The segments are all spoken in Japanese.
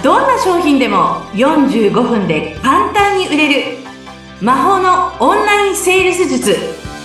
どんな商品でも45分で簡単に売れる魔法のオンラインセールス術。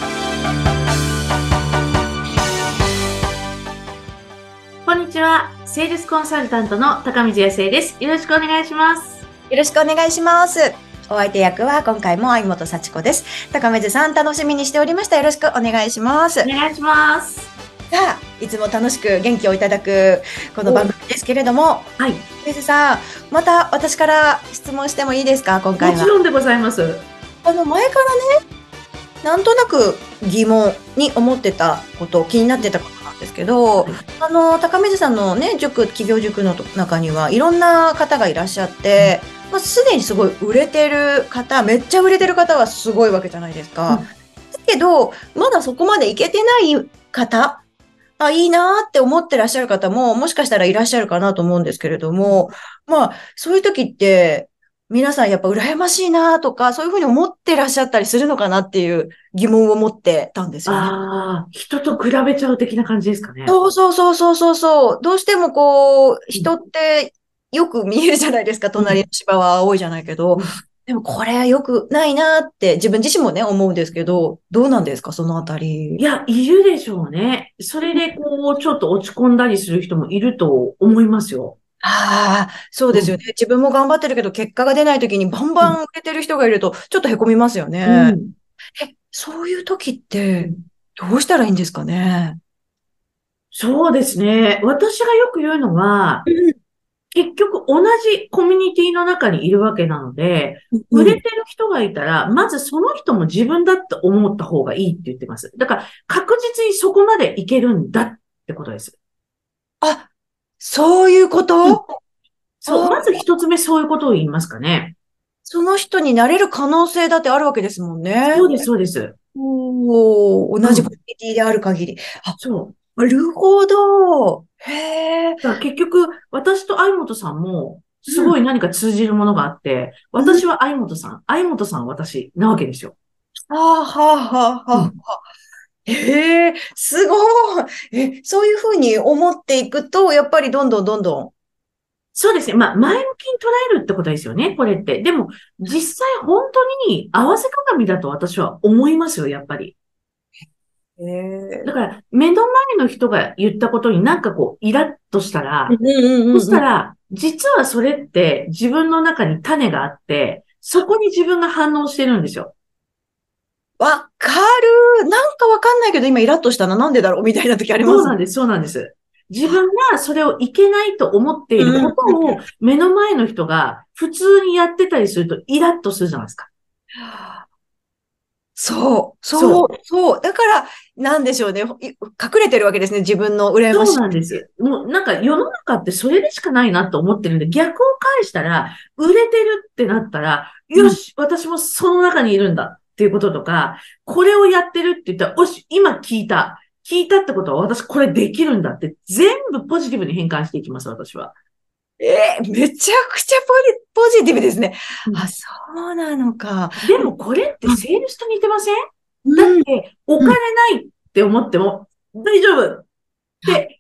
こんにちは、セールスコンサルタントの高水康生です。よろしくお願いします。 よろしくお願いします。お相手役は今回も相本幸子です。高水さん、楽しみにしておりました。よろしくお願いします。 お願いします。 さあ、いつも楽しく元気をいただくこの番組ですけれども、 はい。 先生さん、また私から質問してもいいですか、今回は。 もちろんでございます。 前からね、なんとなく疑問に思ってたこと、気になってたことなんですけど、高水さんのね、企業塾の中にはいろんな方がいらっしゃって、すでにすごい売れてる方、めっちゃ売れてる方はすごいわけじゃないですか。だけど、まだそこまでいけてない方、いいなーって思ってらっしゃる方も、もしかしたらいらっしゃるかなと思うんですけれども、そういう時って、皆さんやっぱ羨ましいなとか、そういうふうに思ってらっしゃったりするのかなっていう疑問を持ってたんですよね。 人と比べちゃう的な感じですかね。 そう。どうしても人ってよく見えるじゃないですか。隣の芝は青いじゃないけど。でもこれは良くないなって自分自身もね、思うんですけど、どうなんですか、そのあたり。 いや、いるでしょうね。それでちょっと落ち込んだりする人もいると思いますよ。 そうですよね。自分も頑張ってるけど、結果が出ないときにバンバン売れてる人がいると、ちょっと凹みますよね。そういう時って、どうしたらいいんですかね。 そうですね。私がよく言うのは、結局同じコミュニティの中にいるわけなので、売れてる人がいたら、まずその人も自分だって思った方がいいって言ってます。だから確実にそこまでいけるんだってことです。 そういうこと、 そう、まず一つ目そういうことを言いますかね。 その人になれる可能性だってあるわけですもんね。 そうです、そうです。 同じコミュニティである限り。 そう。 なるほど。へえ。 だから結局、私と相本さんも、すごい何か通じるものがあって、私は相本さん、相本さんは私なわけですよ。 へえ、すごい。そういうふうに思っていくと、やっぱりどんどん。 そうですね。前向きに捉えるってことですよね、これって。でも、実際本当に合わせ鏡だと私は思いますよ、やっぱり。だから、目の前の人が言ったことになんかイラッとしたら、そしたら、実はそれって自分の中に種があって、そこに自分が反応してるんですよ。 わかる。なんかわかんないけど、今イラッとしたな。なんでだろうみたいな時あります。 そうなんです、そうなんです。自分がそれをいけないと思っていることを目の前の人が普通にやってたりするとイラッとするじゃないですか。 そう。だから、なんでしょうね。隠れてるわけですね。自分の羨ましい。 そうなんです。もうなんか世の中ってそれでしかないなと思ってるんで、逆を返したら、売れてるってなったら、よし、私もその中にいるんだっていうこととか、これをやってるって言ったら、よし、今聞いたってことは私これできるんだって全部ポジティブに変換していきます、私は。 めちゃくちゃポジティブですね。そうなのか。 でもこれってセールスと似てません？だって、お金ないって思っても大丈夫って、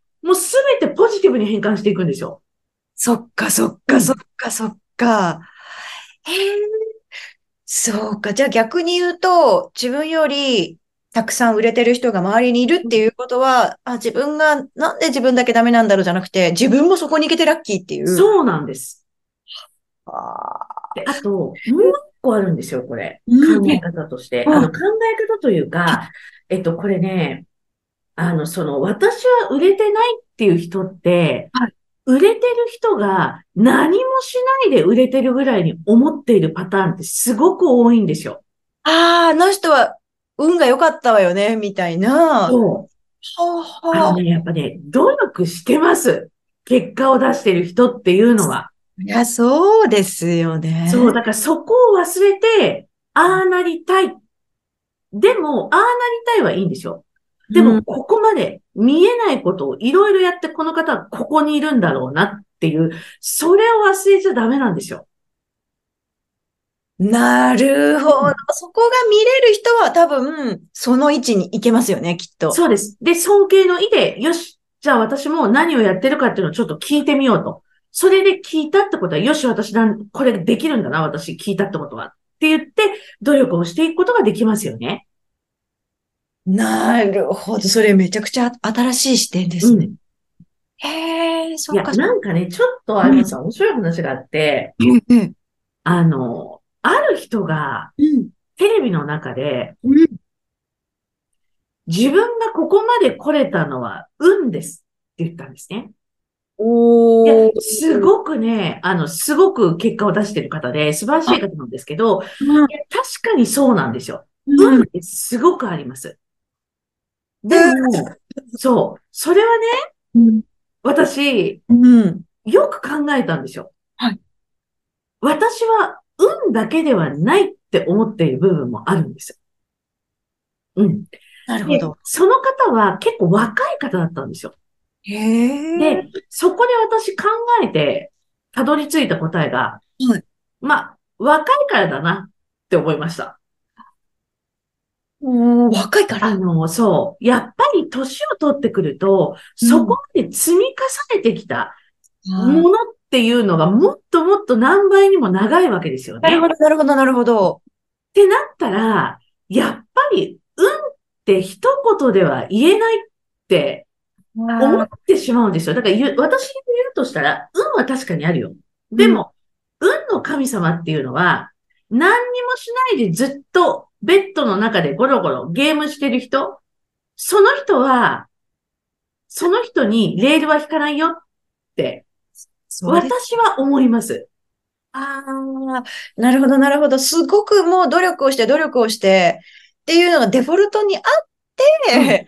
もうすべてポジティブに変換していくんですよ。 そっか。そうか。じゃあ逆に言うと、自分よりたくさん売れてる人が周りにいるっていうことは、自分が、なんで自分だけダメなんだろうじゃなくて、自分もそこに行けてラッキーっていう。 そうなんです。 あで、あと、もう一個あるんですよ、これ。考え方として。考え方というか、これね、私は売れてないっていう人って、売れてる人が何もしないで売れてるぐらいに思っているパターンってすごく多いんですよ。 あの人は運が良かったわよね、みたいな。 そう。やっぱね、努力してます。結果を出してる人っていうのは。 いや、そうですよね。 そう、だからそこを忘れて、ああなりたい。でも、ああなりたいはいいんですよ。でも、ここまで見えないことをいろいろやって、この方はここにいるんだろうなっていう、それを忘れちゃダメなんですよ。 なるほど。そこが見れる人は多分、その位置に行けますよね、きっと。 そうです。で、尊敬の意で、よし、じゃあ私も何をやってるかっていうのをちょっと聞いてみようと。 それで聞いたってことは、よし、これできるんだな、私聞いたってことは。って言って、努力をしていくことができますよね。 なるほど。それめちゃくちゃ新しい視点ですね。へえ、そいや、 っか。 なんかね、ちょっとあります面白い話があって、ある人が、テレビの中で、自分がここまで来れたのは運ですって言ったんですね。いや、すごくね、すごく結果を出している方で、素晴らしい方なんですけど、いや確かにそうなんですよ。運ってすごくあります。でも、そう、それはね、私、よく考えたんですよ。私は運だけではないって思っている部分もあるんですよ。 なるほど。 その方は結構若い方だったんですよ。で、そこで私考えて、たどり着いた答えが、若いからだなって思いました。 若いから。 そう。やっぱり年を取ってくると、そこまで積み重ねてきたものっていうのがもっともっと何倍にも長いわけですよね。 なるほど、なるほど、なるほど。 ってなったら、やっぱり、運って一言では言えないって思ってしまうんですよ。だから私に言うとしたら、運は確かにあるよ。でも、運の神様っていうのは、何にもしないでずっとベッドの中でゴロゴロゲームしてる人、その人は、その人にレールは引かないよって、私は思います。 ああ、なるほど、なるほど。すごくもう努力をしてっていうのがデフォルトにあって、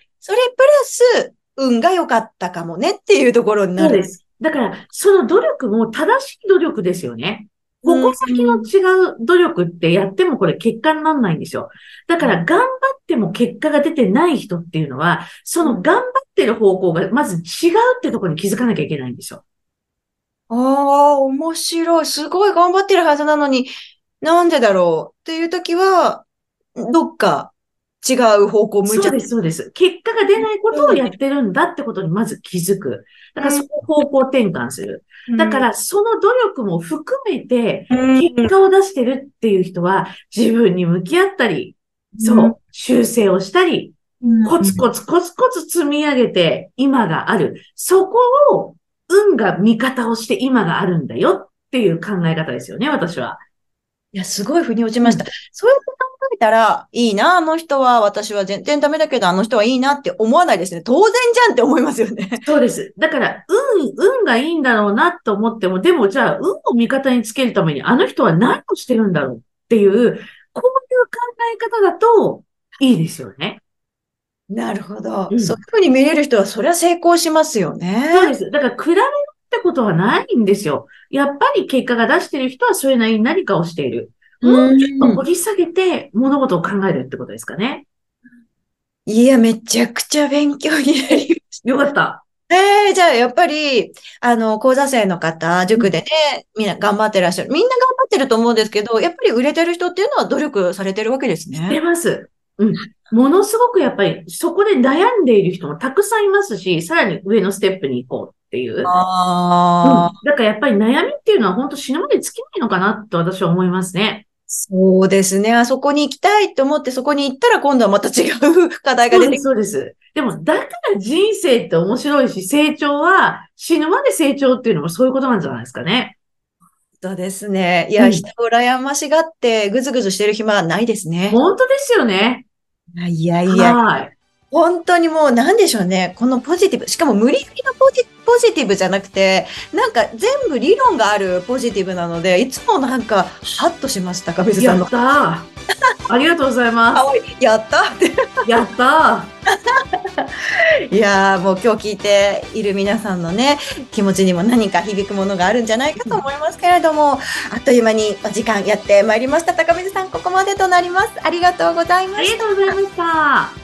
それプラス運が良かったかもねっていうところになる。 そうです。だから、その努力も正しい努力ですよね。矛先の違う努力ってやってもこれ結果にならないんですよ。だから頑張っても結果が出てない人っていうのは、その頑張ってる方向がまず違うってところに気づかなきゃいけないんですよ。 ああ、面白い。すごい頑張ってるはずなのに、なんでだろうっていう時は、どっか違う方向向いちゃって。 そうです、そうです。結果が出ないことをやってるんだってことにまず気づく。だからそこを方向転換する。だからその努力も含めて結果を出してるっていう人は自分に向き合ったり、そう、修正をしたり、コツコツコツコツ積み上げて今がある。そこを運が味方をして今があるんだよっていう考え方ですよね、私は。 いや、すごい腑に落ちました。そうやって考えたら、いいな、あの人は、私は全然ダメだけど、あの人はいいなって思わないですね。当然じゃんって思いますよね。 そうです。だから、運がいいんだろうなと思っても、でもじゃあ、運を味方につけるために、あの人は何をしてるんだろうっていう、こういう考え方だと、いいですよね。 なるほど。そういうふうに見れる人は、そりゃ成功しますよね。 そうです。だから、比べるってことはないんですよ。やっぱり結果が出してる人は、それなりに何かをしている。もうちょっと掘り下げて、物事を考えるってことですかね。 いや、めちゃくちゃ勉強になりました。 よかった。 じゃあ、やっぱり、講座生の方、塾でね、みんな頑張ってらっしゃる。みんな頑張ってると思うんですけど、やっぱり売れてる人っていうのは努力されてるわけですね。 してます。ものすごくやっぱり、そこで悩んでいる人もたくさんいますし、さらに上のステップに行こうっていう。だからやっぱり悩みっていうのは本当死ぬまで尽きないのかなと私は思いますね。 そうですね。あそこに行きたいと思ってそこに行ったら今度はまた違う課題が出てくる。 そうです、そうです。でも、だから人生って面白いし、成長は死ぬまで成長っていうのもそういうことなんじゃないですかね。 そうですね。いや、人を羨ましがってぐずぐずしてる暇はないですね。 本当ですよね。 いやいや。 はい。 本当にもう何でしょうね。このポジティブ。しかも無理やりのポジティブじゃなくて、なんか全部理論があるポジティブなので、いつもなんか、ハッとしました、かべずさんの。 やったー。ありがとうございます。 やったって。 やったー。いやー、もう今日聞いている皆さんのね、気持ちにも何か響くものがあるんじゃないかと思いますけれども、あっという間にお時間やってまいりました。高水さん、ここまでとなります。ありがとうございました。 ありがとうございました。